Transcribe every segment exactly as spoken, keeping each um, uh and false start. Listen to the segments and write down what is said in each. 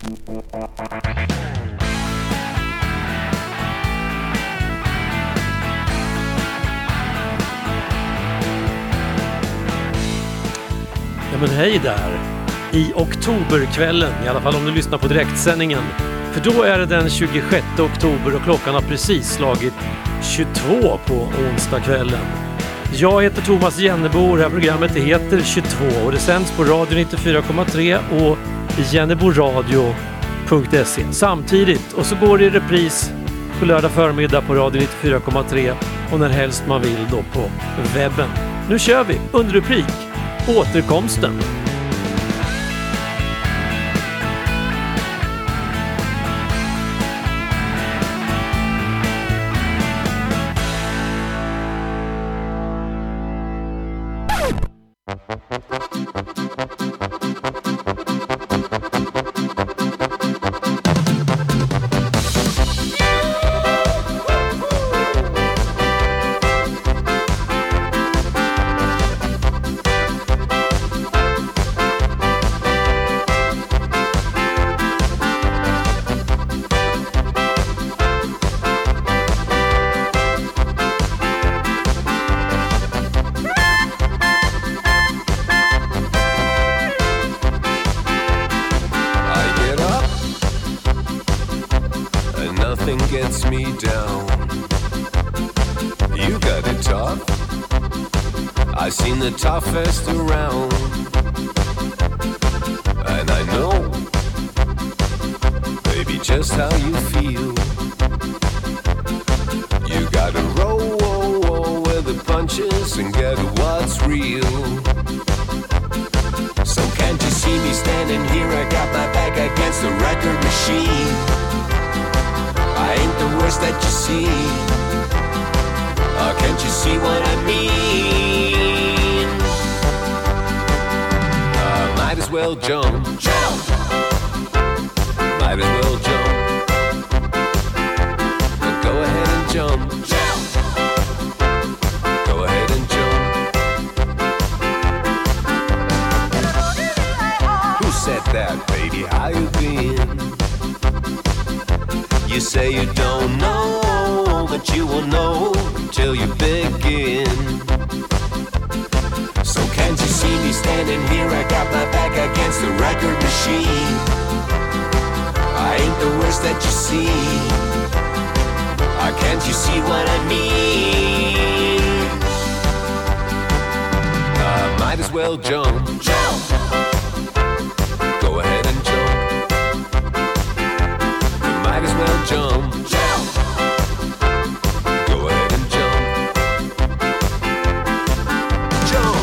Ja men hej där, i oktoberkvällen, i alla fall om du lyssnar på direktsändningen. För då är det den tjugosjätte oktober och klockan har precis slagit tjugotvå på onsdagskvällen. Jag heter Thomas Jennebo och det här programmet heter tjugotvå och det sänds på Radio nittiofyra komma tre och jenneboradio punkt se samtidigt. Och så går det i repris på lördag förmiddag på Radio nittiofyra komma tre och när helst man vill då på webben. Nu kör vi, under rubrik, återkomsten. Toughest around, and I know, baby, just how you feel. You gotta roll, roll, roll with the punches and get what's real. So can't you see me standing here? I got my back against the record machine. I ain't the worst that you see. Oh, can't you see what I mean? Might as well jump, jump. Might as well jump. Go ahead and jump, jump. Go ahead and jump. Who said that, baby? How you been? You say you don't know, but you will know till you begin. So can't you see me standing here? I got my back against the record machine. I ain't the worst that you see. Or can't you see what I mean? I might as well jump, jump. Go ahead and jump. You might as well jump, jump. Go ahead and jump. Jump.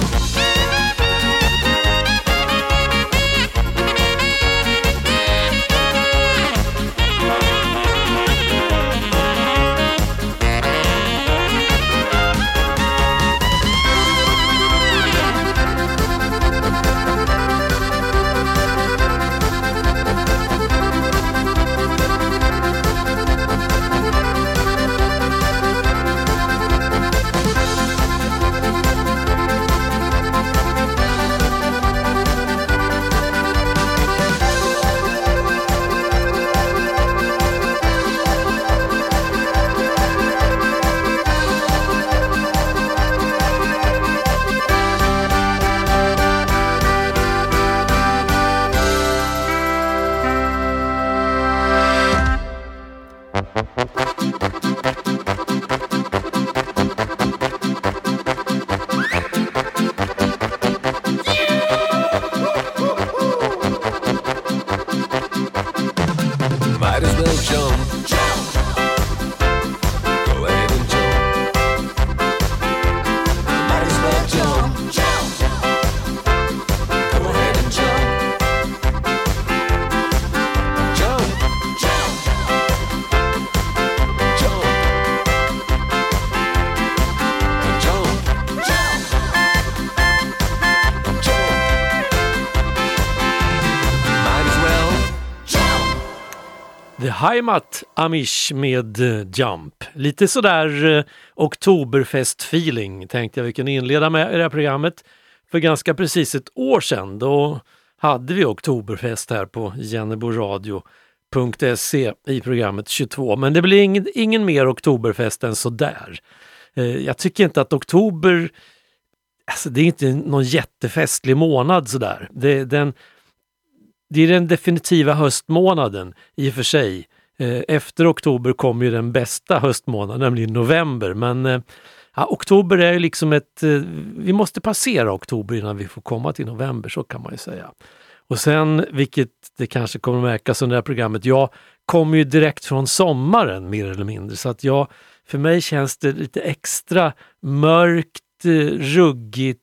The Heimat Amish med Jump. Lite sådär eh, oktoberfest-feeling tänkte jag vi kunde inleda med i det här programmet för ganska precis ett år sedan. Då hade vi oktoberfest här på jenneboradio punkt se i programmet tjugotvå. Men det blir ingen, ingen mer oktoberfest än så där. Eh, jag tycker inte att oktober, alltså det är inte någon jättefestlig månad sådär. Det, den, det är den definitiva höstmånaden i och för sig. Eh, efter oktober kommer ju den bästa höstmånaden, nämligen november. Men eh, ja, oktober är ju liksom ett, eh, vi måste passera oktober innan vi får komma till november, så kan man ju säga. Och sen, vilket det kanske kommer att märkas under det här programmet, jag kommer ju direkt från sommaren mer eller mindre. Så att jag, för mig känns det lite extra mörkt, ruggigt,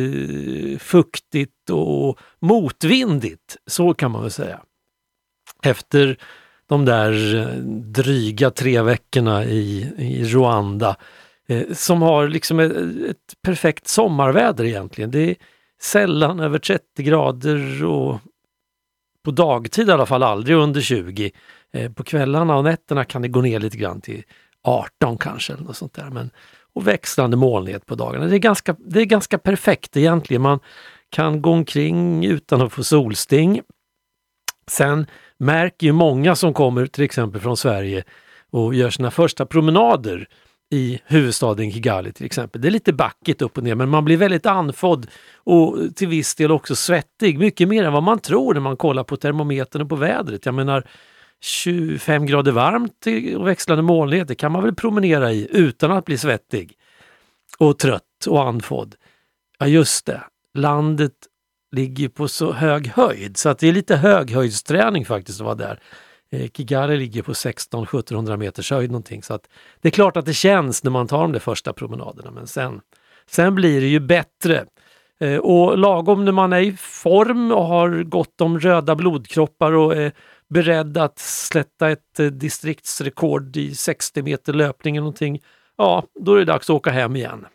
fuktigt och motvindigt. Så kan man väl säga. Efter de där dryga tre veckorna i, i Rwanda eh, som har liksom ett, ett perfekt sommarväder egentligen. Det är sällan över trettio grader och på dagtid i alla fall aldrig under tjugo. Eh, på kvällarna och nätterna kan det gå ner lite grann till arton kanske eller något sånt där. Men, och växlande molnighet på dagarna. Det är, ganska, det är ganska perfekt egentligen. Man kan gå omkring utan att få solsting. Sen märker ju många som kommer till exempel från Sverige och gör sina första promenader i huvudstaden Kigali till exempel. Det är lite backigt upp och ner, men man blir väldigt andfådd och till viss del också svettig. Mycket mer än vad man tror när man kollar på termometern och på vädret. Jag menar, tjugofem grader varmt och växlande molnighet, det kan man väl promenera i utan att bli svettig och trött och andfådd. Ja just det, landet ligger på så hög höjd så att det är lite höghöjdsträning faktiskt att vara där. Eh, Kigali ligger på sexton till sjuttonhundra meters höjd någonting, så att det är klart att det känns när man tar de där första promenaderna, men sen, sen blir det ju bättre. Eh, och lagom när man är i form och har gott om röda blodkroppar och är beredd att slätta ett eh, distriktsrekord i sextio meter löpning eller någonting, ja då är det dags att åka hem igen.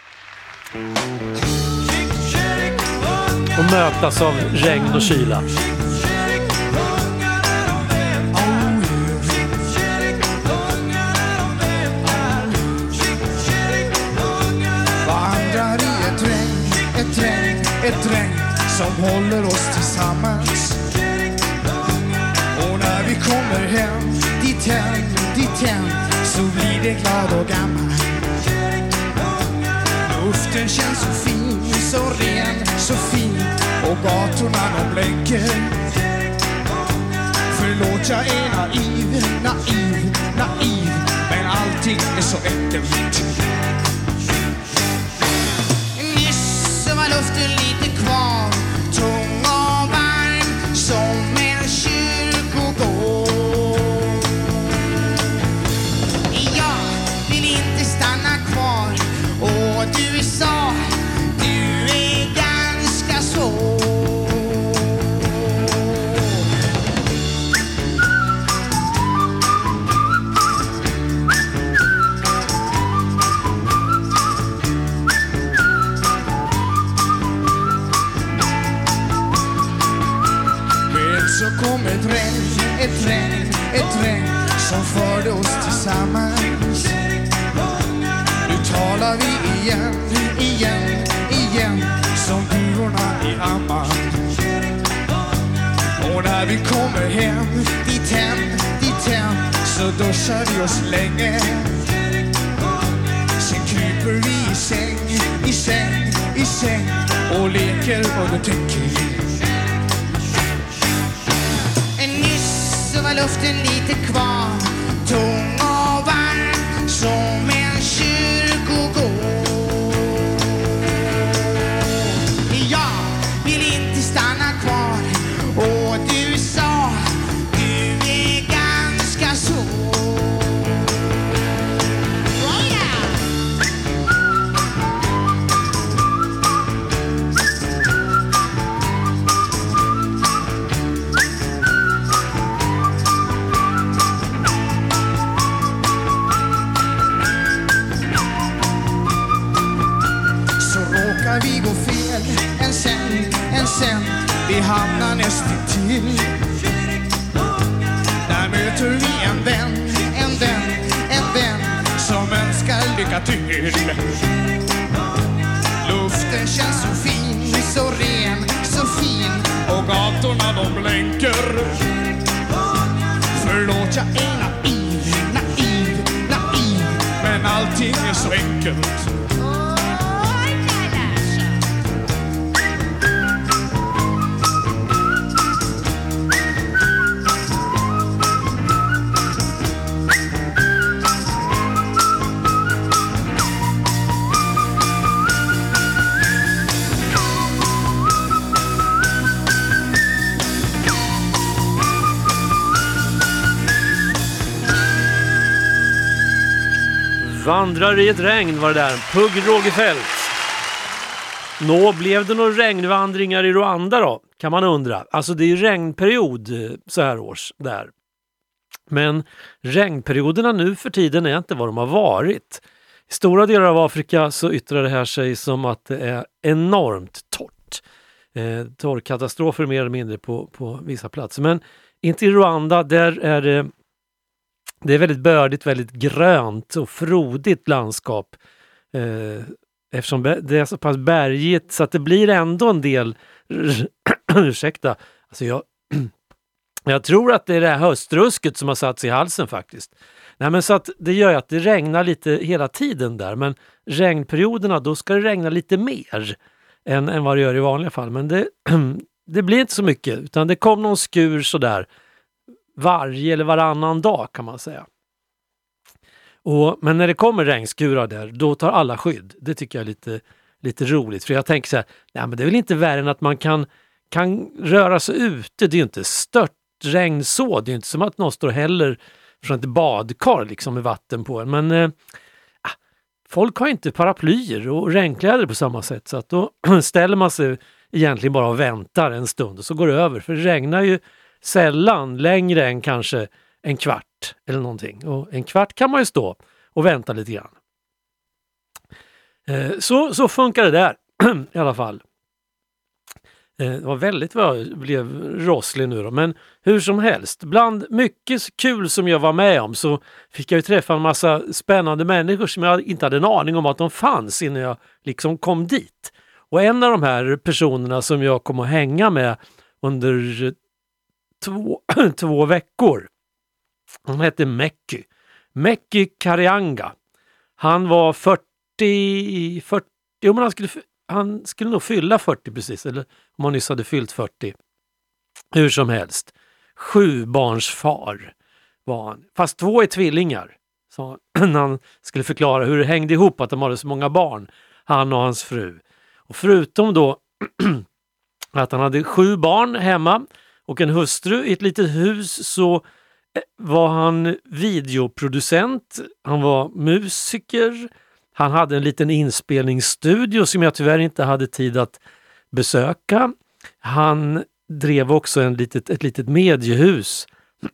Och mötas av regn och kyla. Vandrar i ett regn, ett regn, ett regn som håller oss tillsammans. Och när vi kommer hem, dit hem, dit hem, så blir det glad och gammal. Luften känns så fin, så ren, så fin, och gatorna de blänker. Förlåt, jag är naiv, naiv, naiv, men allting är så enkelt. Nyss så var luften lite kvar, tung och varm som en kyrkogård. Jag vill inte stanna kvar, och du sa, du är ganska svår. Men så kom ett regn, ett regn, ett regn som förde oss tillsammans. Nu talar vi igen, igen, igen, som duvorna i Amman. Och när vi kommer hem, dit hem, dit hem, så duschar vi oss länge. Sen kryper vi i säng, i säng, i säng, och leker under täcket. Nyss så var luften lite kvar, tung och varm som en kyrkogård. Jag vill inte stanna kvar, och du sa, du är ganska svår. Oh yeah! Vi går fel, en sen, en sen, vi hamnar nästan till. Där möter vi en vän, en vän, en vän som önskar lycka till. Luften känns så fin, så ren, så fin, och gatorna de blänker. Förlåt, jag är naiv, naiv, naiv, men allting är så enkelt. Vandrar i ett regn var det där. Pugg Rogefeldt. Nå, blev det några regnvandringar i Rwanda då? Kan man undra. Alltså det är ju regnperiod så här års där. Men regnperioderna nu för tiden är inte vad de har varit. I stora delar av Afrika så yttrar det här sig som att det är enormt torrt. Eh, torrkatastrofer mer eller mindre på, på vissa platser. Men inte i Rwanda, där är det Det är väldigt bördigt, väldigt grönt och frodigt landskap. Eh, eftersom det är så pass bergigt så att det blir ändå en del... Ursäkta. Alltså jag, jag tror att det är det här höstrusket som har satt sig i halsen faktiskt. Nej, men så att det gör att det regnar lite hela tiden där. Men regnperioderna, då ska det regna lite mer än, än vad det gör i vanliga fall. Men det, det blir inte så mycket, utan det kom någon skur sådär varje eller varannan dag kan man säga. Och, men när det kommer regnskurar där, då tar alla skydd. Det tycker jag är lite, lite roligt. För jag tänker så här, nej, men det är väl inte värre än att man kan, kan röra sig ute. Det är ju inte stört regn så. Det är ju inte som att någon står heller från ett badkar liksom med vatten på en. Men eh, folk har inte paraplyer och regnkläder på samma sätt. Så att då ställer man sig egentligen bara och väntar en stund och så går det över. För det regnar ju sällan längre än kanske en kvart eller någonting. Och en kvart kan man ju stå och vänta lite grann. Eh, så, så funkar det där i alla fall. Eh, det var väldigt vad jag blev rosslig nu då. Men hur som helst, bland mycket kul som jag var med om så fick jag ju träffa en massa spännande människor som jag inte hade en aning om att de fanns innan jag liksom kom dit. Och en av de här personerna som jag kom att hänga med under Två, två veckor. Han hette Mekki. Mekki Karianga. Han var fyrtio... fyrtio jo, men han skulle, han skulle nog fylla fyrtio precis. Eller om han nyss hade fyllt fyrtio. Hur som helst. Sju barns far var han. Fast två är tvillingar. Så när han skulle förklara hur det hängde ihop att de hade så många barn. Han och hans fru. Och förutom då att han hade sju barn hemma och en hustru i ett litet hus, så var han videoproducent, han var musiker, han hade en liten inspelningsstudio som jag tyvärr inte hade tid att besöka. Han drev också en litet, ett litet mediehus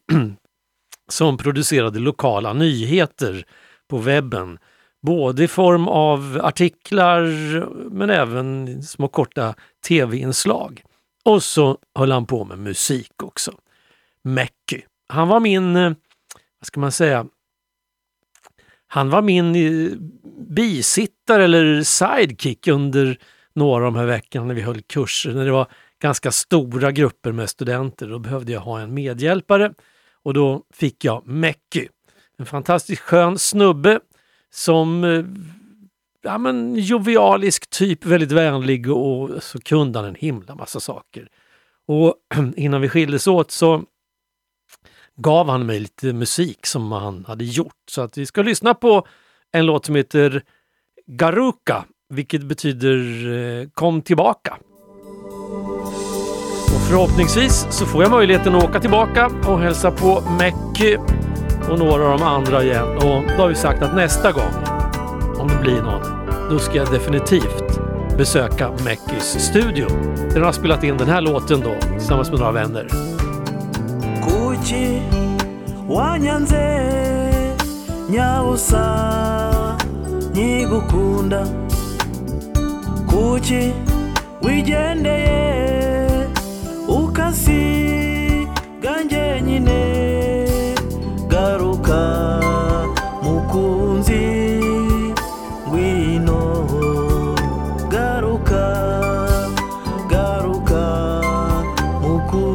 som producerade lokala nyheter på webben. Både i form av artiklar men även små korta tv-inslag. Och så höll han på med musik också. Mekki. Han var min, vad ska man säga, han var min bisittare eller sidekick under några av de här veckorna när vi höll kurser. När det var ganska stora grupper med studenter, då behövde jag ha en medhjälpare. Och då fick jag Mekki. En fantastiskt skön snubbe som, ja men jovialisk typ, väldigt vänlig, och så kunde han en himla massa saker. Och innan vi skildes åt så gav han mig lite musik som han hade gjort. Så att vi ska lyssna på en låt som heter Garuka, vilket betyder eh, kom tillbaka. Och förhoppningsvis så får jag möjligheten att åka tillbaka och hälsa på Mekki och några av de andra igen. Och då har vi sagt att nästa gång, om det blir någon, då ska jag definitivt besöka Mekkis studio. Den har spelat in den här låten då tillsammans med några vänner. Kuchi wanyanze nyausa nigukunda Kuchi wigendeye ukasi ganje nyine garuka mukunzi ngwino garuka garuka mukunzi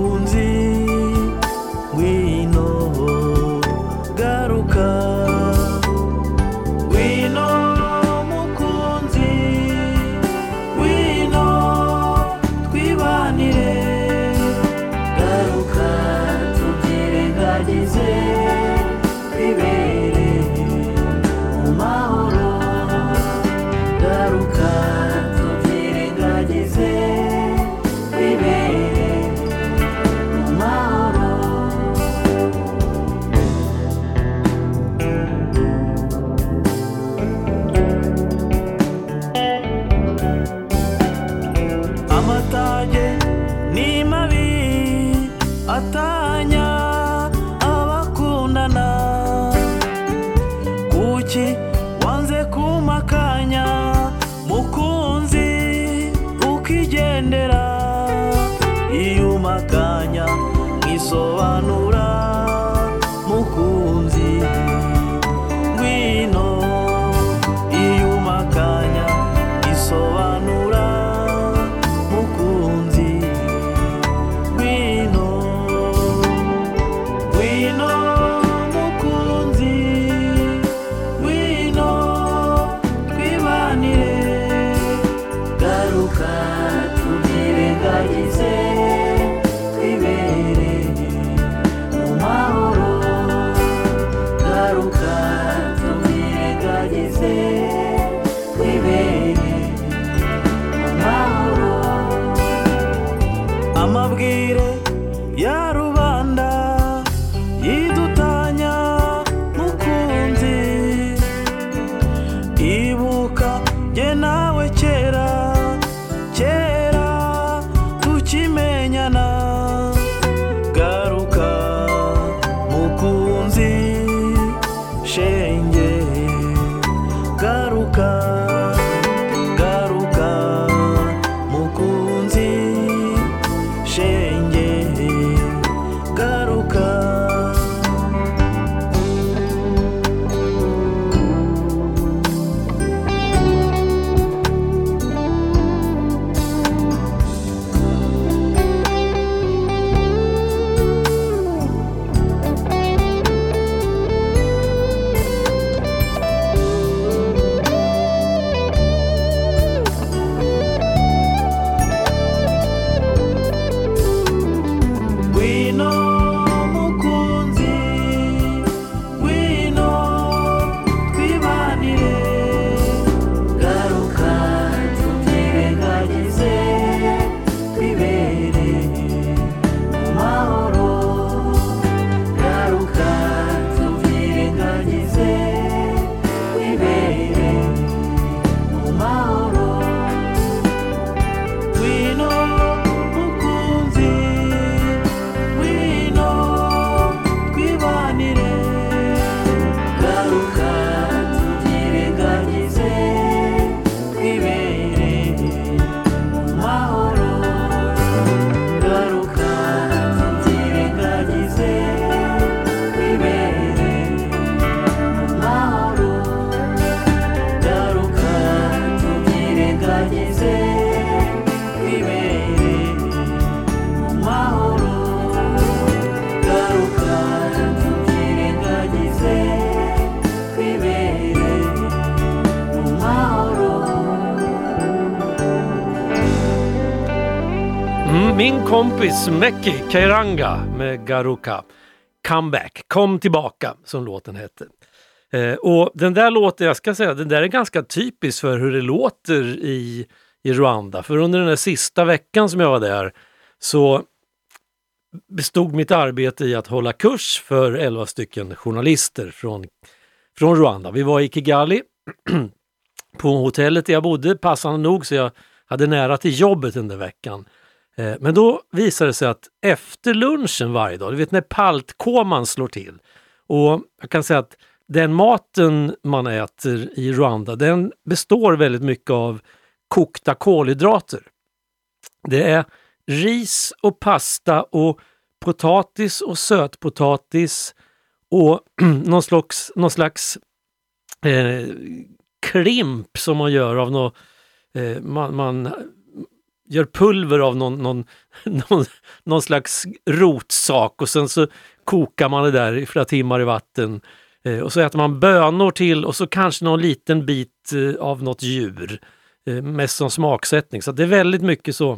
kompis Mekki Kairanga med Garuka. Comeback, kom tillbaka som låten hette. Eh, och den där låten, jag ska säga, den där är ganska typisk för hur det låter i, i Rwanda. För under den här sista veckan som jag var där så bestod mitt arbete i att hålla kurs för elva stycken journalister från, från Rwanda. Vi var i Kigali på hotellet där jag bodde, passande nog, så jag hade nära till jobbet den där veckan. Eh, men då visade det sig att efter lunchen varje dag, du vet när paltkoman slår till, och jag kan säga att den maten man äter i Rwanda, den består väldigt mycket av kokta kolhydrater. Det är ris och pasta och potatis och sötpotatis och någon slags, någon slags eh, krimp som man gör av något, eh, man, man gör pulver av någon, någon, någon, någon slags rotsak och sen så kokar man det där i flera timmar i vatten. Eh, och så äter man bönor till och så kanske någon liten bit eh, av något djur. Eh, mest som smaksättning. Så det är väldigt mycket så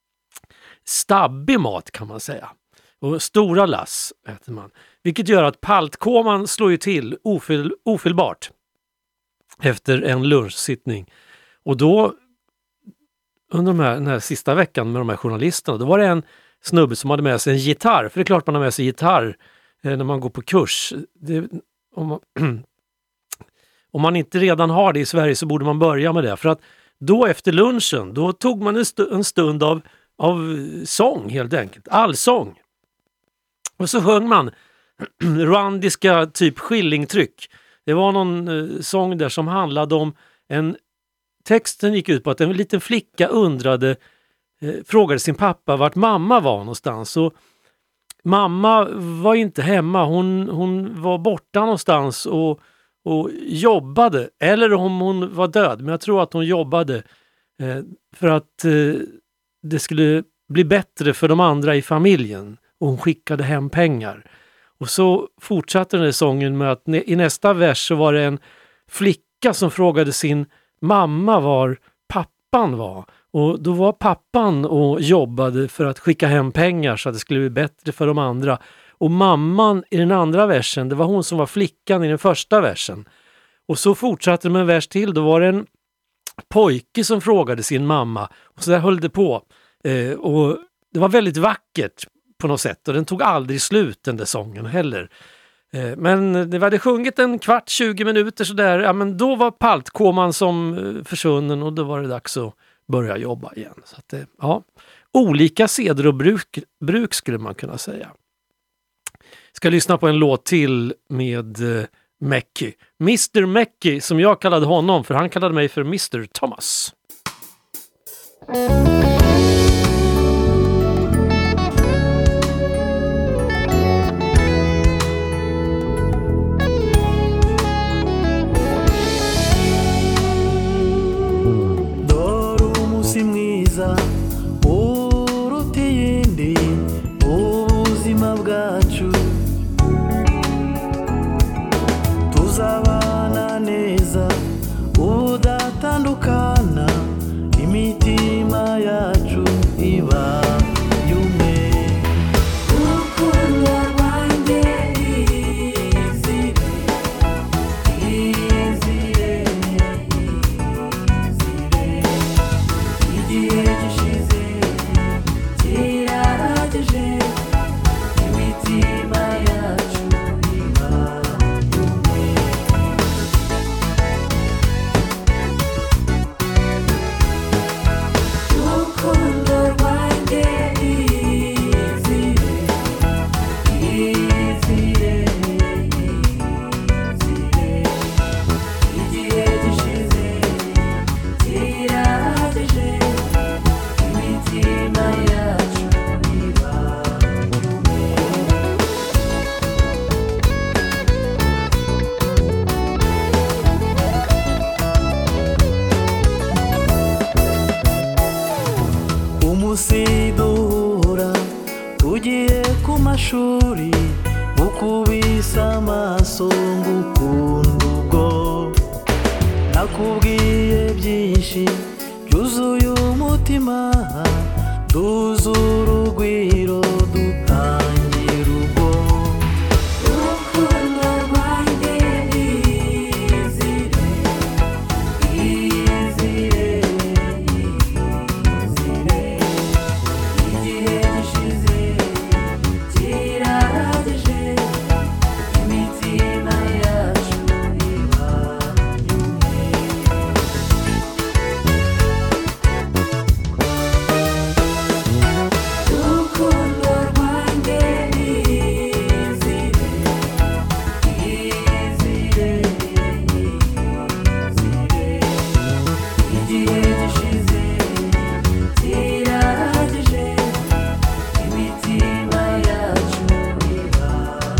stabbig mat kan man säga. Och stora lass äter man. Vilket gör att paltkoman slår ju till ofyll, ofyllbart efter en lunchsittning. Och då under de här, den här sista veckan med de här journalisterna, då var det en snubbe som hade med sig en gitarr. För det är klart man har med sig gitarr eh, när man går på kurs. Det, om, man, om man inte redan har det i Sverige så borde man börja med det. För att då efter lunchen, då tog man en, stu, en stund av, av sång helt enkelt. Allsång. Och så sjöng man rwandiska typ skillingtryck. Det var någon eh, sång där som handlade om en... Texten gick ut på att en liten flicka undrade, eh, frågade sin pappa vart mamma var någonstans. Och mamma var inte hemma, hon, hon var borta någonstans och, och jobbade. Eller om hon var död, men jag tror att hon jobbade eh, för att eh, det skulle bli bättre för de andra i familjen. Och hon skickade hem pengar. Och så fortsatte den här sången med att i nästa vers så var det en flicka som frågade sin mamma var pappan var. Och då var pappan och jobbade för att skicka hem pengar så att det skulle bli bättre för de andra. Och mamman i den andra versen, det var hon som var flickan i den första versen. Och så fortsatte det med en vers till. Då var det en pojke som frågade sin mamma. Och så där höll det på. Eh, och det var väldigt vackert på något sätt. Och den tog aldrig slut den där sången heller. Men det hade sjungit en kvart, tjugo minuter sådär, ja men då var paltkoman som försvunnen och då var det dags att börja jobba igen. Så att, ja, olika seder och bruk, bruk skulle man kunna säga. Ska lyssna på en låt till med uh, Mekki. mister Mekki som jag kallade honom, för han kallade mig för mister Thomas. urutiyindi ubuzima bwacu tuzabana neza udatandukana imitima yacu iba yume urukundo rwanjye izire izire izire igihe gishize kirahagije imitima yacu iba yume urukundo rwanjye izire izire izire igihe gishize kirahagije imitima yacu iba yume umusidura tugiye ku mashuri ukubisa amaso ngukunda ubwo nakubwiye byinshi byuzuye umutima duzura urugwiro dutangira ubwo urukundo rwanjye izire izire izire igihe gishize kirahagije imitima yacu urukundo rwanjye izire izire izire igihe gishize kirahagije imitima yacu iba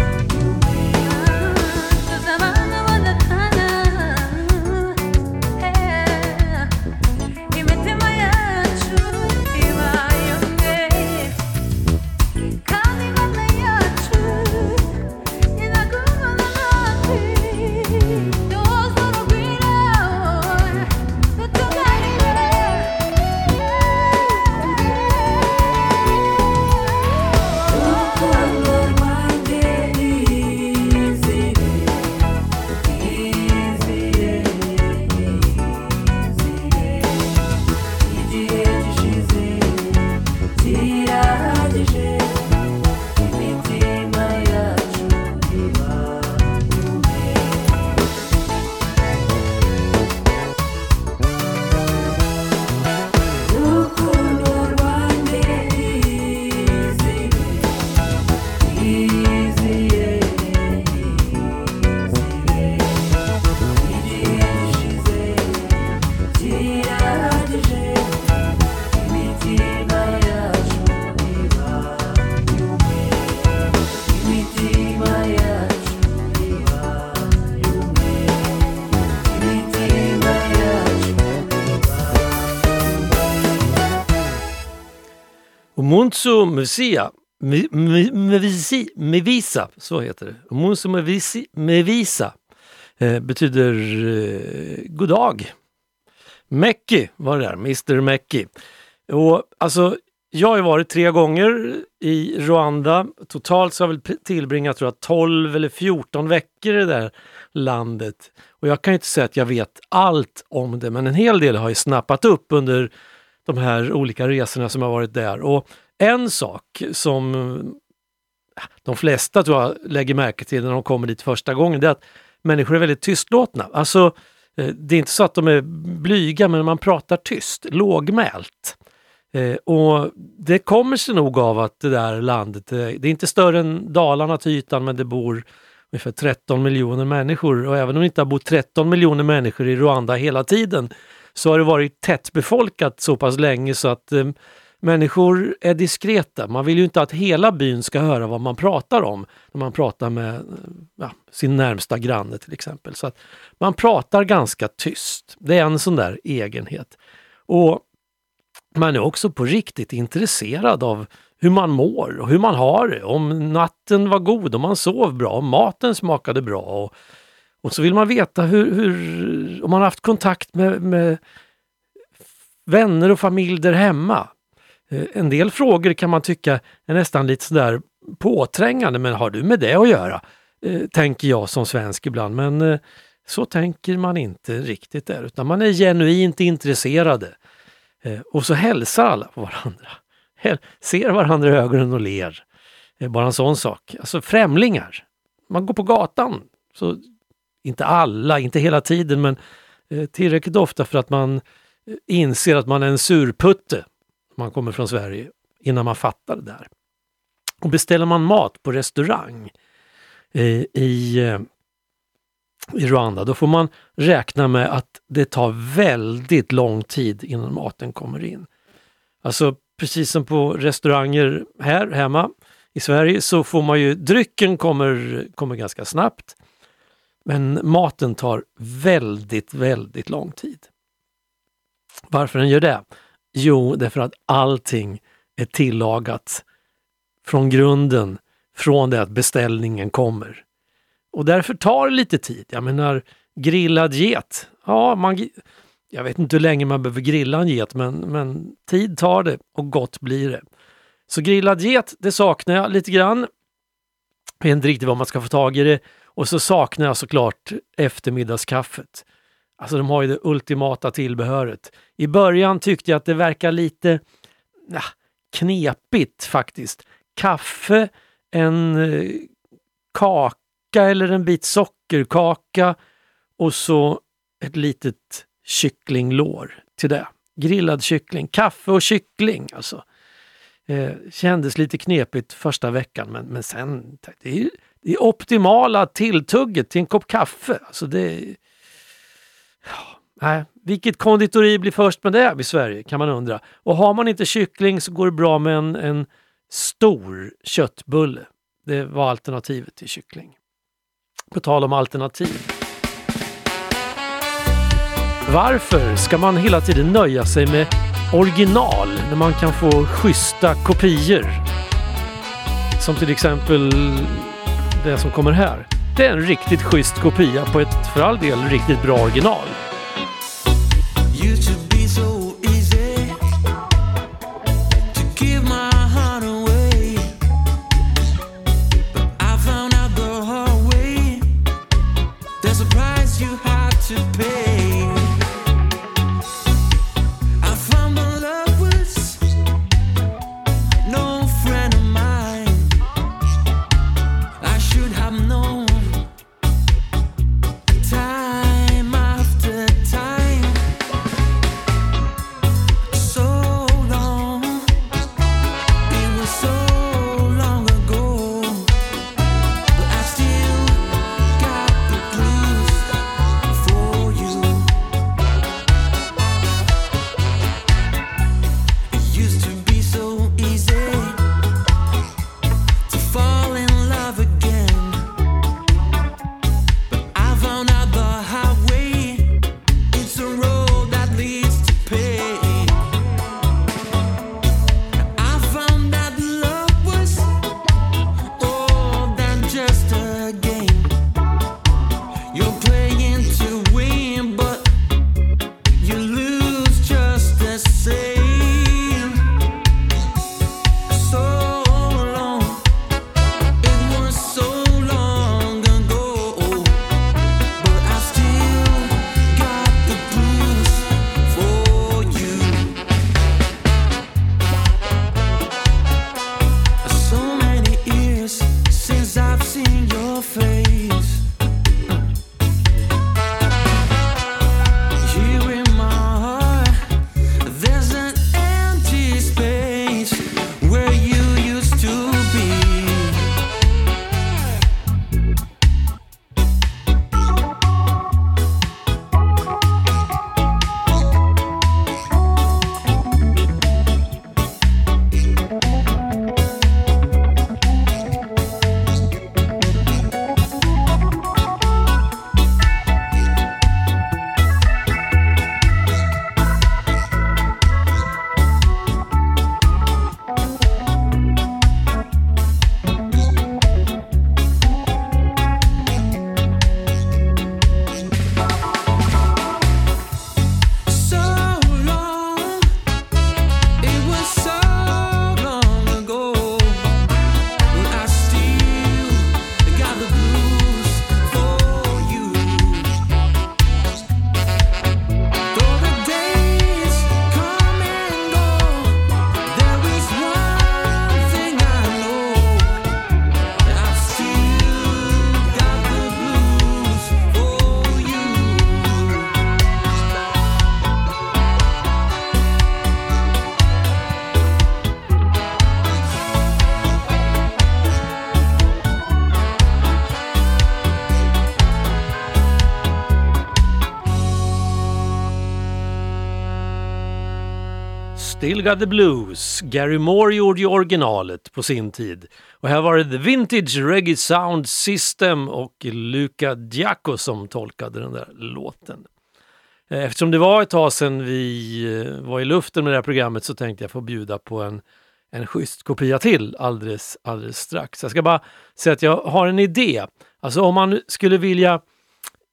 tuzabana badatana imitima yacu ibaye umwe kandi imana yacu inagumana natwe duhuza urugwiro dutunganire urukundo rwanjye izire izire izire igihe gishize kirahagije imitima yacu iba umwe urukundo rwanjye izire izire izire igihe gishize kirahagije imitima yacu iba umwe imitima yacu iba umwe imitima yacu Umunsu Mevisia, Me- Me- Mevisi, Mevisa, så heter det. Umunsu Mevisi, Mevisa eh, betyder eh, god dag. Mekki var det där, mister Mekki. Och alltså, jag har ju varit tre gånger i Rwanda. Totalt så har jag väl tillbringat tror jag, tolv eller fjorton veckor i det där landet. Och jag kan ju inte säga att jag vet allt om det, men en hel del har jag snappat upp under de här olika resorna som har varit där. Och en sak som de flesta tror jag lägger märke till när de kommer dit första gången, det är att människor är väldigt tystlåtna. Alltså, eh, det är inte så att de är blyga, men man pratar tyst, lågmält. Eh, och det kommer sig nog av att det där landet, eh, det är inte större än Dalarna till ytan, men det bor ungefär tretton miljoner människor. Och även om det inte har bott tretton miljoner människor i Rwanda hela tiden, så har det varit tätt befolkat så pass länge så att eh, människor är diskreta. Man vill ju inte att hela byn ska höra vad man pratar om när man pratar med ja, sin närmsta granne till exempel. Så att man pratar ganska tyst. Det är en sån där egenhet. Och man är också på riktigt intresserad av hur man mår och hur man har det. Om natten var god, om man sov bra, om maten smakade bra. Och, och så vill man veta hur, hur, om man har haft kontakt med, med vänner och familj där hemma. En del frågor kan man tycka är nästan lite sådär påträngande, men har du med det att göra? Eh, tänker jag som svensk ibland, men eh, så tänker man inte riktigt där, utan man är genuint intresserade. Eh, och så hälsar alla på varandra. Häl- ser varandra i ögonen och ler. Eh, bara en sån sak. Alltså främlingar. Man går på gatan, så inte alla, inte hela tiden, men eh, tillräckligt ofta för att man eh, inser att man är en surputte. Man kommer från Sverige innan man fattar det där. Och beställer man mat på restaurang eh, i, eh, i Rwanda, då får man räkna med att det tar väldigt lång tid innan maten kommer in. Alltså precis som på restauranger här hemma i Sverige, så får man ju, drycken kommer, kommer ganska snabbt, men maten tar väldigt, väldigt lång tid. Varför den gör det? Jo, därför att allting är tillagat från grunden, från det att beställningen kommer. Och därför tar det lite tid. Jag menar, grillad get. Ja, man, jag vet inte hur länge man behöver grilla en get, men, men tid tar det och gott blir det. Så grillad get, det saknar jag lite grann. Jag vet inte riktigt vad man ska få tag i det. Och så saknar jag såklart eftermiddagskaffet. Alltså de har ju det ultimata tillbehöret. I början tyckte jag att det verkar lite nah, knepigt faktiskt. Kaffe, en eh, kaka eller en bit sockerkaka och så ett litet kycklinglår till det. Grillad kyckling, kaffe och kyckling alltså. Eh, kändes lite knepigt första veckan, men, men sen det är, det är optimala tilltugget till en kopp kaffe. Alltså det ja, nej, vilket konditori blir först med det i Sverige kan man undra. Och har man inte kyckling så går det bra med en, en stor köttbulle. Det var alternativet till kyckling. På tal om alternativ. Varför ska man hela tiden nöja sig med original när man kan få schyssta kopior? Som till exempel det som kommer här. Det är en riktigt schysst kopia på ett för all del riktigt bra original. Used to be so easy to give my heart away, but I found out the hard way. There's a price you had to pay. I found the love was no friend of mine. I should have known. Time after time, so long, it was so long ago, but I still got the blues for you. It used to be so easy to fall in love again, but I found out the highway. It's a road that leads to pain. I found that love was more than just a game. You're playing to win, but you lose just the same. So long, it was so long ago, but I still got the blues for you. So many years since I've seen your face. Here in my heart, there's an empty space where you used to be. So long, it was so long ago, but I still got the blues for you. Though the days come and go, there is one thing I know, I've still got the blues for you. Still Got the Blues. Gary Moore gjorde ju originalet på sin tid. Och här var det The Vintage Reggae Sound System och Luca Diaco som tolkade den där låten. Eftersom det var ett tag sedan vi var i luften med det här programmet så tänkte jag få bjuda på en, en schysst kopia till alldeles, alldeles strax. Jag ska bara säga att jag har en idé. Alltså om man skulle vilja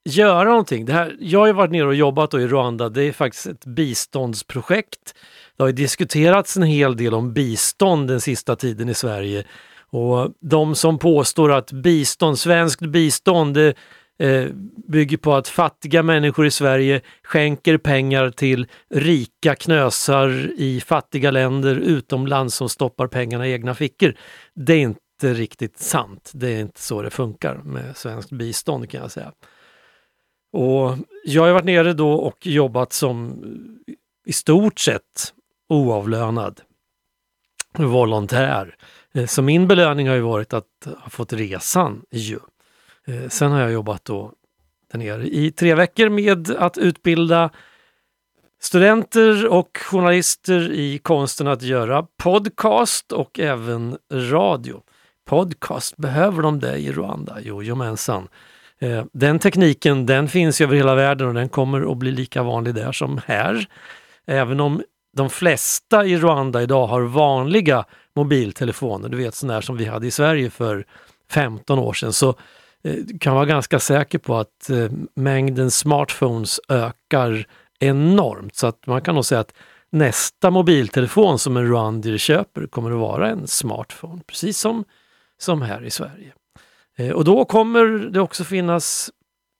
göra någonting. Det här, jag har ju varit nere och jobbat då i Rwanda. Det är faktiskt ett biståndsprojekt. Det har ju diskuterats en hel del om bistånd den sista tiden i Sverige. Och de som påstår att bistånd, svenskt bistånd, det eh, bygger på att fattiga människor i Sverige skänker pengar till rika knösar i fattiga länder utomlands som stoppar pengarna i egna fickor. Det är inte riktigt sant. Det är inte så det funkar med svenskt bistånd, kan jag säga. Och jag har varit nere då och jobbat som i stort sett oavlönad volontär. Så min belöning har ju varit att ha fått resan ju. Sen har jag jobbat då där nere i tre veckor med att utbilda studenter och journalister i konsten att göra podcast och även radio. Podcast, behöver de det i Rwanda? Jo, jomensan. Den tekniken, den finns över hela världen och den kommer att bli lika vanlig där som här. Även om de flesta i Rwanda idag har vanliga mobiltelefoner, du vet sådana här som vi hade i Sverige för femton år sedan, så eh, kan man vara ganska säker på att eh, mängden smartphones ökar enormt. Så att man kan nog säga att nästa mobiltelefon som en rwandier köper kommer att vara en smartphone, precis som, som här i Sverige. Eh, och då kommer det också finnas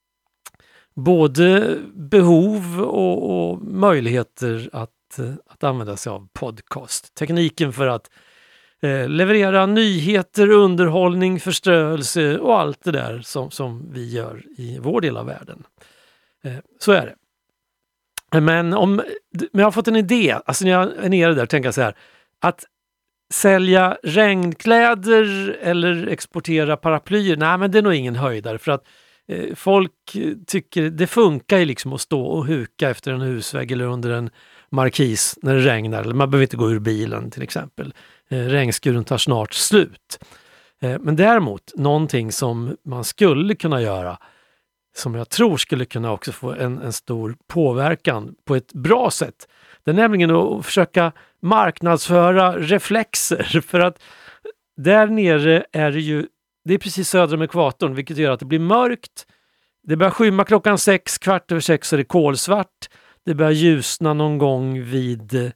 både behov och, och möjligheter att att använda sig av podcast. Tekniken för att eh, leverera nyheter, underhållning, förströelse och allt det där som, som vi gör i vår del av världen. Eh, så är det. Men om men jag har fått en idé, alltså när jag är nere där tänker jag så här, att sälja regnkläder eller exportera paraplyer, nej men det är nog ingen höjdare, för att eh, folk tycker det funkar ju liksom att stå och huka efter en husvägg eller under en markis när det regnar, eller man behöver inte gå ur bilen till exempel. Eh, regnskuren tar snart slut. Eh, men däremot, någonting som man skulle kunna göra, som jag tror skulle kunna också få en, en stor påverkan på ett bra sätt, det är nämligen att försöka marknadsföra reflexer, för att där nere är det ju, det är precis söder om ekvatorn, vilket gör att det blir mörkt. Det börjar skymma klockan sex, kvart över sex är det kolsvart. Det börjar ljusna någon gång vid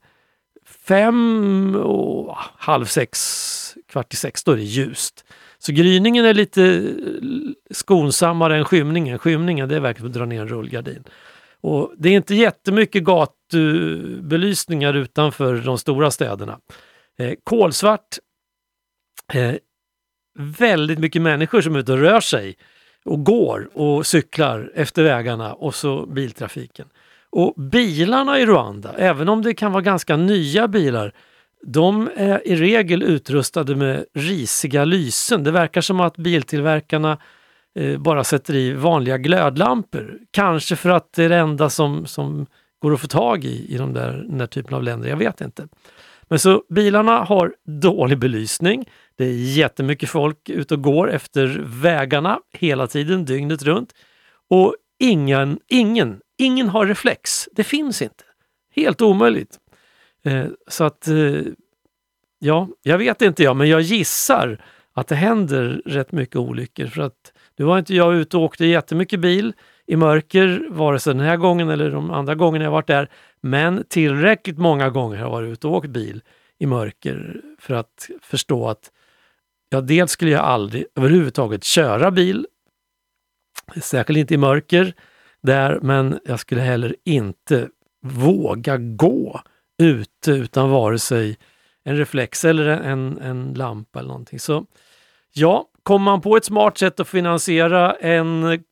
fem och halv sex, kvart i sex, då är det ljust. Så gryningen är lite skonsammare än skymningen. Skymningen, det är verkligen att dra ner en rullgardin. Och det är inte jättemycket gatubelysningar utanför de stora städerna. Eh, kolsvart, eh, väldigt mycket människor som är ute och rör sig och går och cyklar efter vägarna, och så biltrafiken. Och bilarna i Rwanda, även om det kan vara ganska nya bilar, de är i regel utrustade med risiga lysen. Det verkar som att biltillverkarna eh, bara sätter i vanliga glödlampor. Kanske för att det är det enda som, som går att få tag i i de där, den där typen av länder, jag vet inte. Men så bilarna har dålig belysning. Det är jättemycket folk ute och går efter vägarna hela tiden, dygnet runt. Och ingen, ingen, ingen har reflex. Det finns inte. Helt omöjligt. Eh, så att, eh, ja, jag vet inte jag, men jag gissar att det händer rätt mycket olyckor. För att nu var inte jag ute och åkte jättemycket bil i mörker, vare sig den här gången eller de andra gångerna jag varit där. Men tillräckligt många gånger har jag varit ute och åkt bil i mörker för att förstå att ja, dels skulle jag aldrig överhuvudtaget köra bil, särskilt inte i mörker där, men jag skulle heller inte våga gå ute utan vare sig en reflex eller en, en lampa eller någonting. Så ja, kommer man på ett smart sätt att finansiera en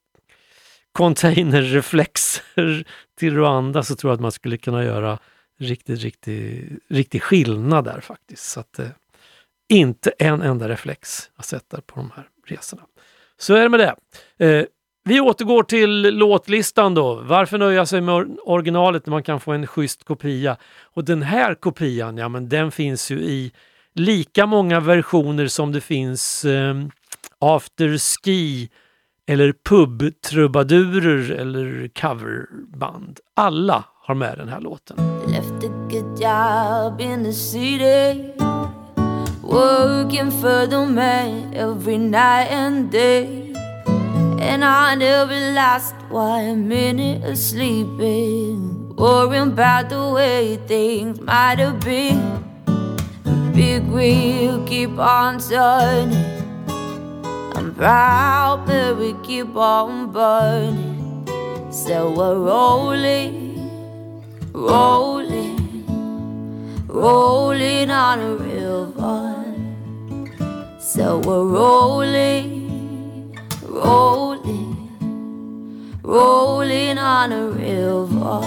containerreflexer till Rwanda, så tror jag att man skulle kunna göra riktigt, riktigt, riktigt skillnad där faktiskt. Så att eh, inte en enda reflex att sätta på de här resorna. Så är det med det. Eh, vi återgår till låtlistan då. Varför nöja sig med originalet när man kan få en schysst kopia? Och den här kopian, ja men den finns ju i lika många versioner som det finns eh, afterski eller pub-trubadurer eller coverband. Alla har med den här låten. Left a good job in the city, working for the man every night and day. And I never last one minute of sleeping, worrying about the way things might have been. Big wheel keep on turning, I'm proud but we keep on burning. So we're rolling, rolling, rolling on a river. So we're rolling, rolling, rolling on a river.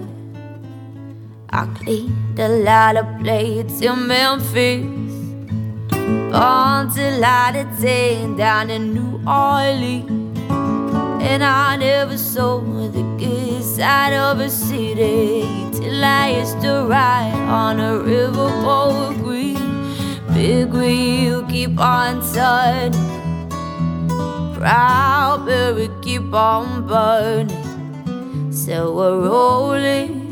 I cleaned a lot of plates in Memphis, born to light a ten down in New Orleans. And I never saw the good side of a city till I used to ride on a riverboat green. Big wheel keep on turning, proud but we keep on burning. So we're rolling,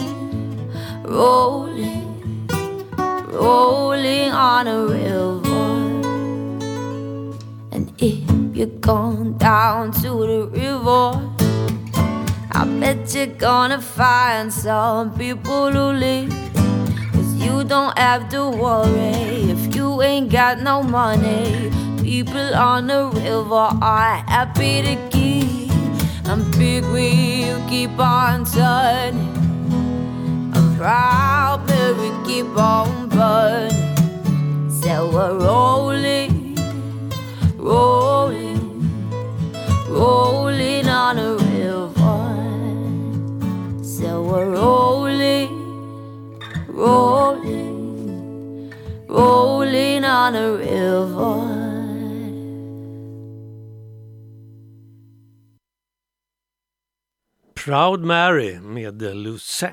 rolling, rolling on a river. And if you're going down to the river, I bet you're gonna find some people who live. Cause you don't have to worry if you ain't got no money. People on the river are happy to give. And big wheel keep on turning, I'm proud but we keep on burning. So we're rolling, rolling, rolling on a river. So we're rolling, rolling, rolling on a river. Proud Mary med Lucerne.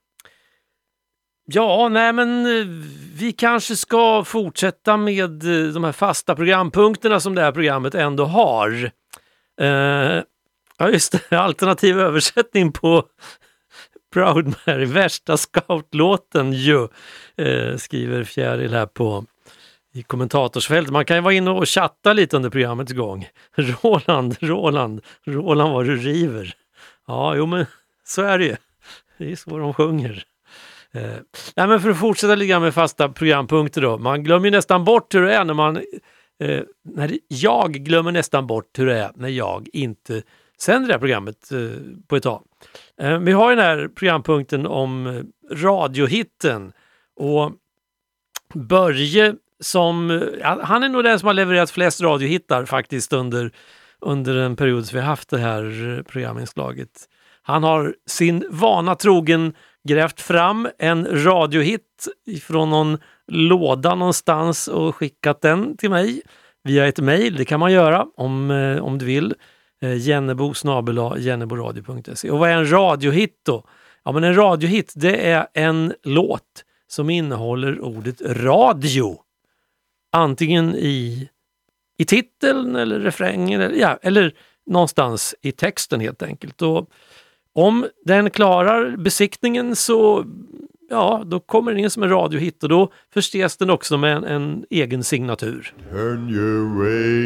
Ja, nej men vi kanske ska fortsätta med de här fasta programpunkterna som det här programmet ändå har. Eh, ja just det, alternativ översättning på Proud Mary, värsta scoutlåten ju, eh, skriver Fjäril här på i kommentatorsfältet. Man kan ju vara inne och chatta lite under programmets gång. Roland, Roland, Roland vad du river. Ja, jo men så är det ju. Det är så de sjunger. Eh, nej, men för att fortsätta ligga med fasta programpunkter då. Man glömmer nästan bort hur det är när man... Eh, när jag glömmer nästan bort hur det är när jag inte sänder det här programmet eh, på ett tag. Eh, vi har ju den här programpunkten om radiohitten. Och Börje som... Han är nog den som har levererat flest radiohittar faktiskt under... under en period som vi har haft det här programinslaget. Han har sin vana trogen grävt fram en radiohit från någon låda någonstans och skickat den till mig via ett mejl. Det kan man göra om, om du vill. Jennebo snabel-a jenneboradio punkt se. Och vad är en radiohit då? Ja, men en radiohit, det är en låt som innehåller ordet radio. Antingen i I titeln eller refrängen eller, ja, eller någonstans i texten helt enkelt. Och om den klarar besiktningen så ja, då kommer den in som en radiohit och då förstås den också med en, en egen signatur. Turn your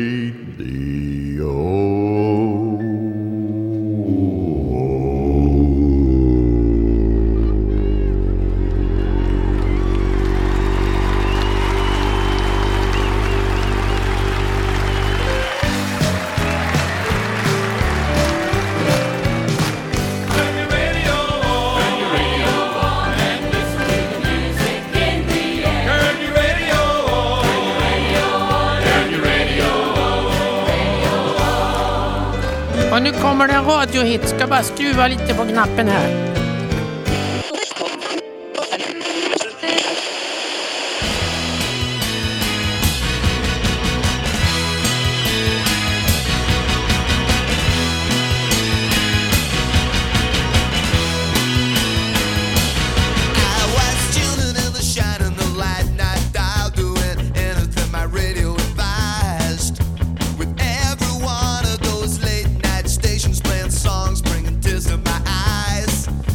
radio. Och nu kommer det en radiohit. Ska bara skruva lite på knappen här. Songs bringing tears to my eyes.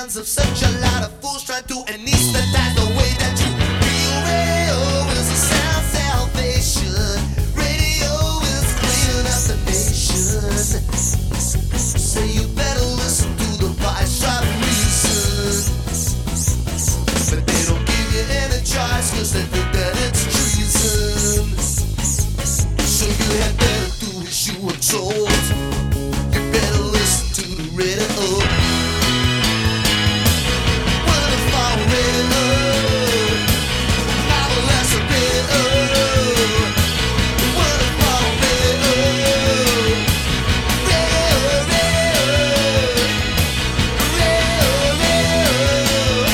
hands of such a lot of fools trying to anesthetize the way that you feel. Radio is a sound salvation. Radio is cleaning up the nation. Say you better listen to the voice of reason. But they don't give you any choice, cause they think that it's treason. So you had better do as you were told. You better listen to the radio. Wonderful radio. Marvelous radio. Wonderful radio. Radio, radio. Radio, radio.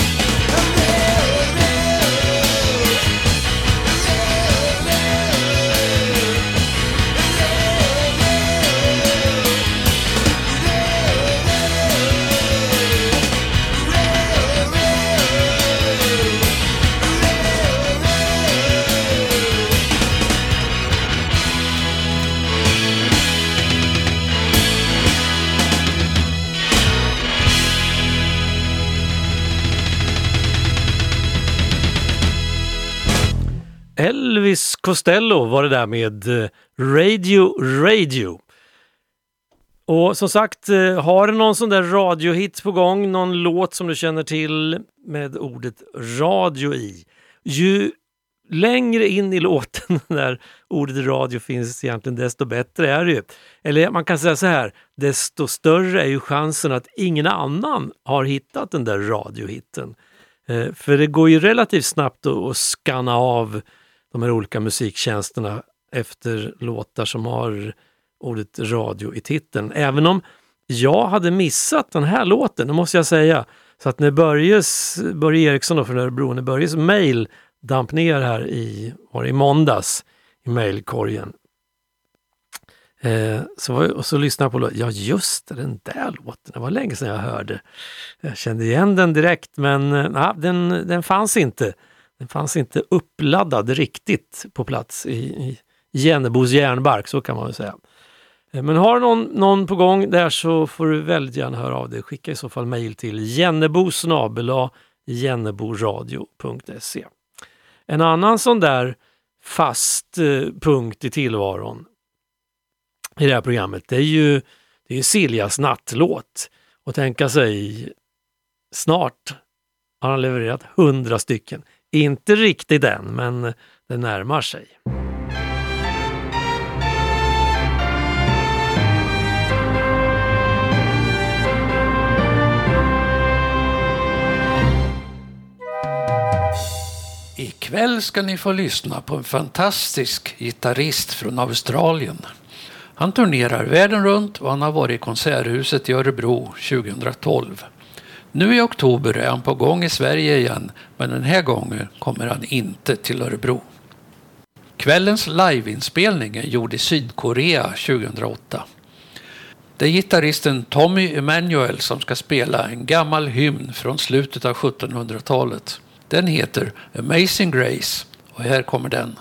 Elvis Costello var det där med eh, Radio Radio. Och som sagt, eh, har du någon sån där radiohit på gång, någon låt som du känner till med ordet radio i? Ju längre in i låten där ordet radio finns egentligen, desto bättre är det ju. Eller man kan säga så här, desto större är ju chansen att ingen annan har hittat den där radiohitten. Eh, för det går ju relativt snabbt att, att skanna av de här olika musiktjänsterna efter låtar som har ordet radio i titeln. Även om jag hade missat den här låten, det måste jag säga. Så att när Börjes, Börje Eriksson då från Örebro, när Börjes mejl damp ner här i, var det i måndags i mejlkorgen. Eh, så, var, och så lyssnade jag på låten. Ja just det, den där låten. Det var länge sedan jag hörde. Jag kände igen den direkt, men eh, den, den fanns inte. Den fanns inte uppladdad riktigt på plats i, i Jennebos järnbark, så kan man väl säga. Men har någon, någon på gång där så får du väldigt gärna höra av dig. Skicka i så fall mejl till jennebo snabel-a jenneboradio punkt se. En annan sån där fast eh, punkt i tillvaron i det här programmet, det är ju, det är ju Siljas nattlåt. Och tänka sig, snart har han levererat hundra stycken. Inte riktigt än, men det närmar sig. Ikväll ska ni få lyssna på en fantastisk gitarrist från Australien. Han turnerar världen runt och han har varit i Konserthuset i Örebro tjugohundratolv. Nu i oktober är han på gång i Sverige igen, men den här gången kommer han inte till Örebro. Kvällens liveinspelning är gjord i Sydkorea tjugohundraåtta. Det är gitarristen Tommy Emmanuel som ska spela en gammal hymn från slutet av sjuttonhundratalet. Den heter Amazing Grace och här kommer den.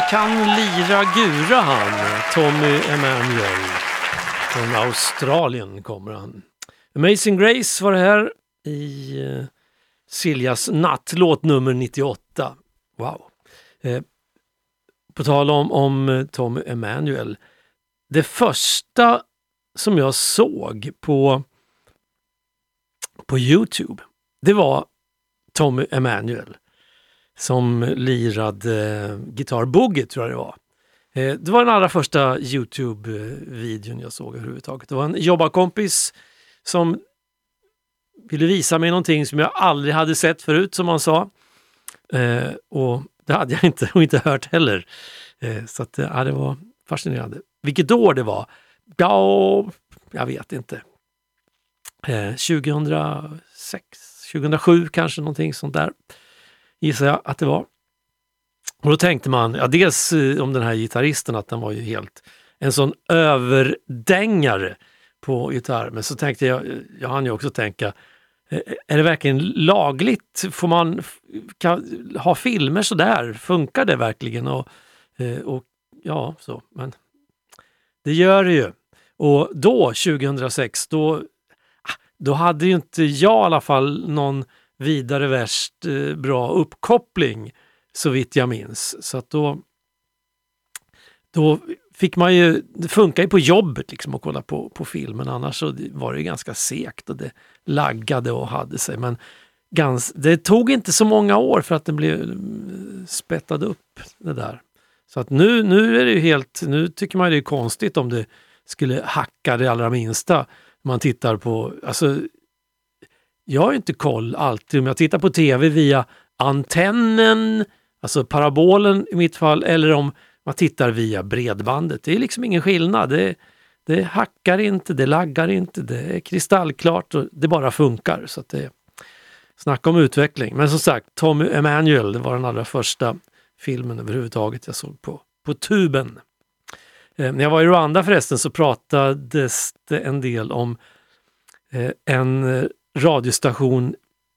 kan lira gura han. Tommy Emmanuel. Från Australien kommer han. Amazing Grace var det här i uh, Siljas nattlåt nummer nittioåtta. Wow. Eh, på tal om, om Tommy Emmanuel. Det första som jag såg på, på YouTube, det var Tommy Emmanuel som lirade Guitar Boogie, tror jag det var. Eh, det var den allra första YouTube-videon jag såg överhuvudtaget. Det var en jobbarkompis som ville visa mig någonting som jag aldrig hade sett förut, som han sa. Eh, och det hade jag inte, och inte hört heller. Eh, så att, ja, det var fascinerande. Vilket år det var? Ja, jag vet inte. Eh, tjugohundrasex, tjugohundrasju kanske, någonting sånt där. Gissar jag att det var. Och då tänkte man, ja, dels eh, om den här gitarristen, att den var ju helt en sån överdängare på gitarr. Men så tänkte jag, jag hann ju också tänka, eh, är det verkligen lagligt? Får man kan, ha filmer så där? Funkar det verkligen? Och, eh, och ja, så. Men det gör det ju. Och då, tjugohundrasex, då, då hade ju inte jag i alla fall någon vidare värst eh, bra uppkoppling, så vitt jag minns. Så att då, då fick man ju, det funkar ju på jobbet liksom att kolla på, på filmen, annars så var det ju ganska segt och det laggade och hade sig. Men gans, det tog inte så många år för att den blev spettad upp det där. Så att nu, nu är det ju helt, nu tycker man det är konstigt om det skulle hacka det allra minsta. Man tittar på, alltså jag har inte koll alltid om jag tittar på tv via antennen, alltså parabolen i mitt fall, eller om man tittar via bredbandet. Det är liksom ingen skillnad. Det, det hackar inte, det laggar inte, det är kristallklart och det bara funkar. Så att det snacka om utveckling. Men som sagt, Tommy Emmanuel, det var den allra första filmen överhuvudtaget jag såg på, på tuben. Eh, när jag var i Rwanda förresten så pratades det en del om eh, en radiostation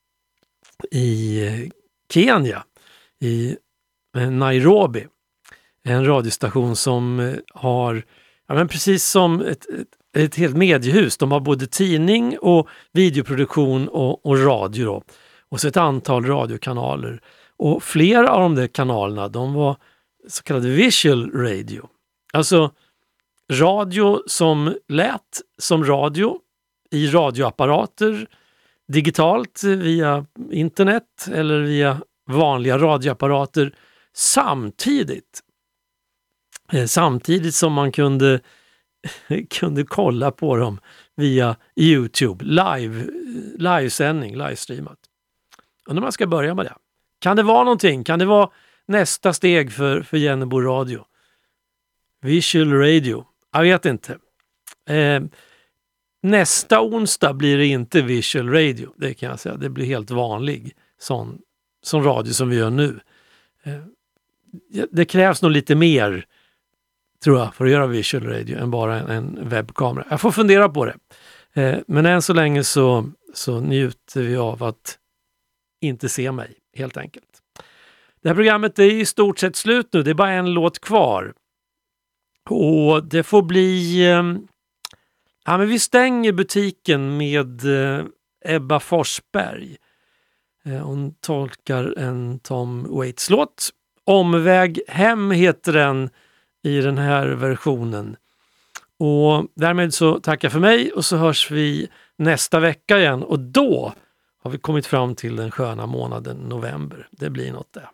i Kenya, i eh, Nairobi. En radiostation som eh, har, ja, men precis som ett, ett, ett helt mediehus. De har både tidning och videoproduktion och, och radio då. Och så ett antal radiokanaler. Och flera av de där kanalerna, de var så kallade visual radio. Alltså radio som lät som radio i radioapparater, digitalt via internet eller via vanliga radioapparater samtidigt. Eh, samtidigt som man kunde, kunde kolla på dem via YouTube, live, livesändning, livestreamat. Undrar om man ska börja med det. Kan det vara någonting? Kan det vara nästa steg för, för Jennebo Radio? Visual radio? Jag vet inte. Eh, nästa onsdag blir det inte visual radio, det kan jag säga. Det blir helt vanlig sån, sån radio som vi gör nu. Eh, det krävs nog lite mer, tror jag, för att göra visual radio än bara en, en webbkamera. Jag får fundera på det. Eh, men än så länge så, så njuter vi av att inte se mig, helt enkelt. Det här programmet är i stort sett slut nu. Det är bara en låt kvar. Och det får bli... Eh, ja, men vi stänger butiken med eh, Ebba Forsberg. Eh, hon tolkar en Tom Waits-låt. Omväg hem heter den i den här versionen. Och därmed så tackar jag för mig och så hörs vi nästa vecka igen. Och då har vi kommit fram till den sköna månaden november. Det blir något där.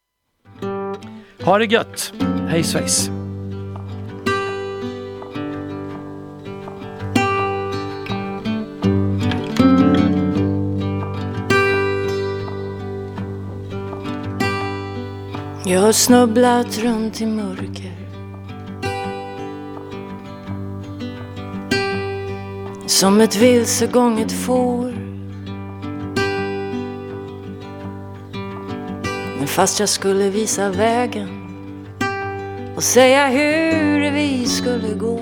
Ha det gött. Hej svejs. Jag har snubblat runt i mörker, som ett vilsegånget får. Men fast jag skulle visa vägen och säga hur vi skulle gå,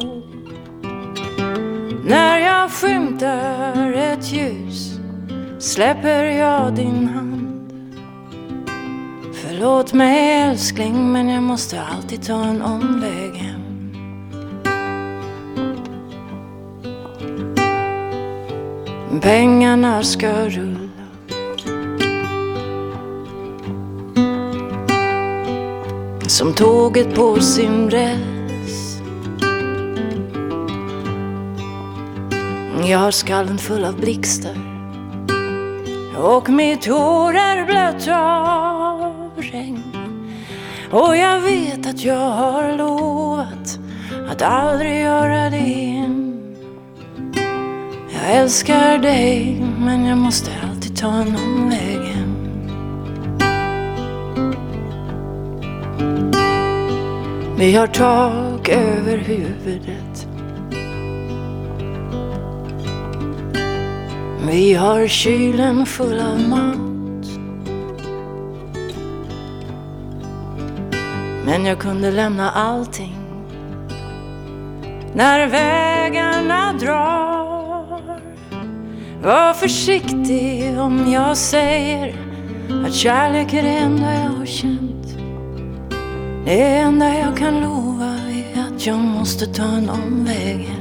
när jag skymtar ett ljus släpper jag din hand. För Förlåt mig älskling, men jag måste alltid ta en omväg hem. Pengarna ska rulla. Som tåget på sin räls. Jag har skallen full av blixtar. Och mitt hår är blött av regn. Och jag vet att jag har lovat att aldrig göra det igen. Jag älskar dig, men jag måste alltid ta en omväg hem. Vi har tak över huvudet. Vi har kylen full av mat. Men jag kunde lämna allting när vägarna drar. Var försiktig om jag säger att kärlek är det enda jag har känt. Det enda jag kan lova är att jag måste ta en omväg hem.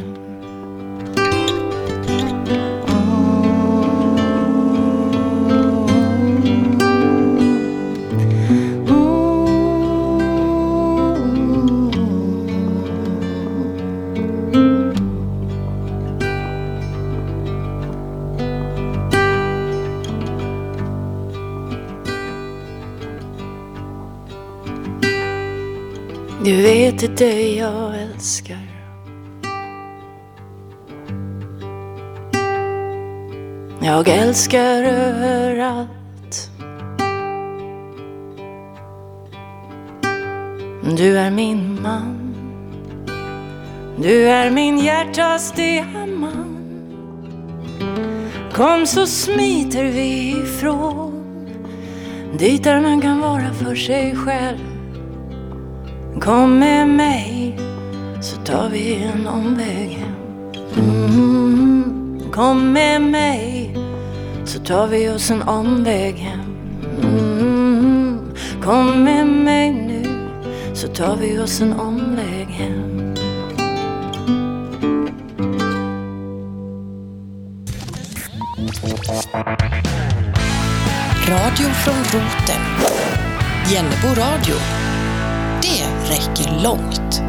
Du vet det är dig jag älskar. Jag älskar överallt. Du är min man. Du är min hjärtas diamant. Kom så smiter vi ifrån dit där man kan vara för sig själv. Kom med mig så tar vi en omväg hem. Mm, kom med mig så tar vi oss en omväg hem. Mm, kom med mig nu så tar vi oss en omväg hem. Radio från roten. Jännebo radio. Det räcker långt.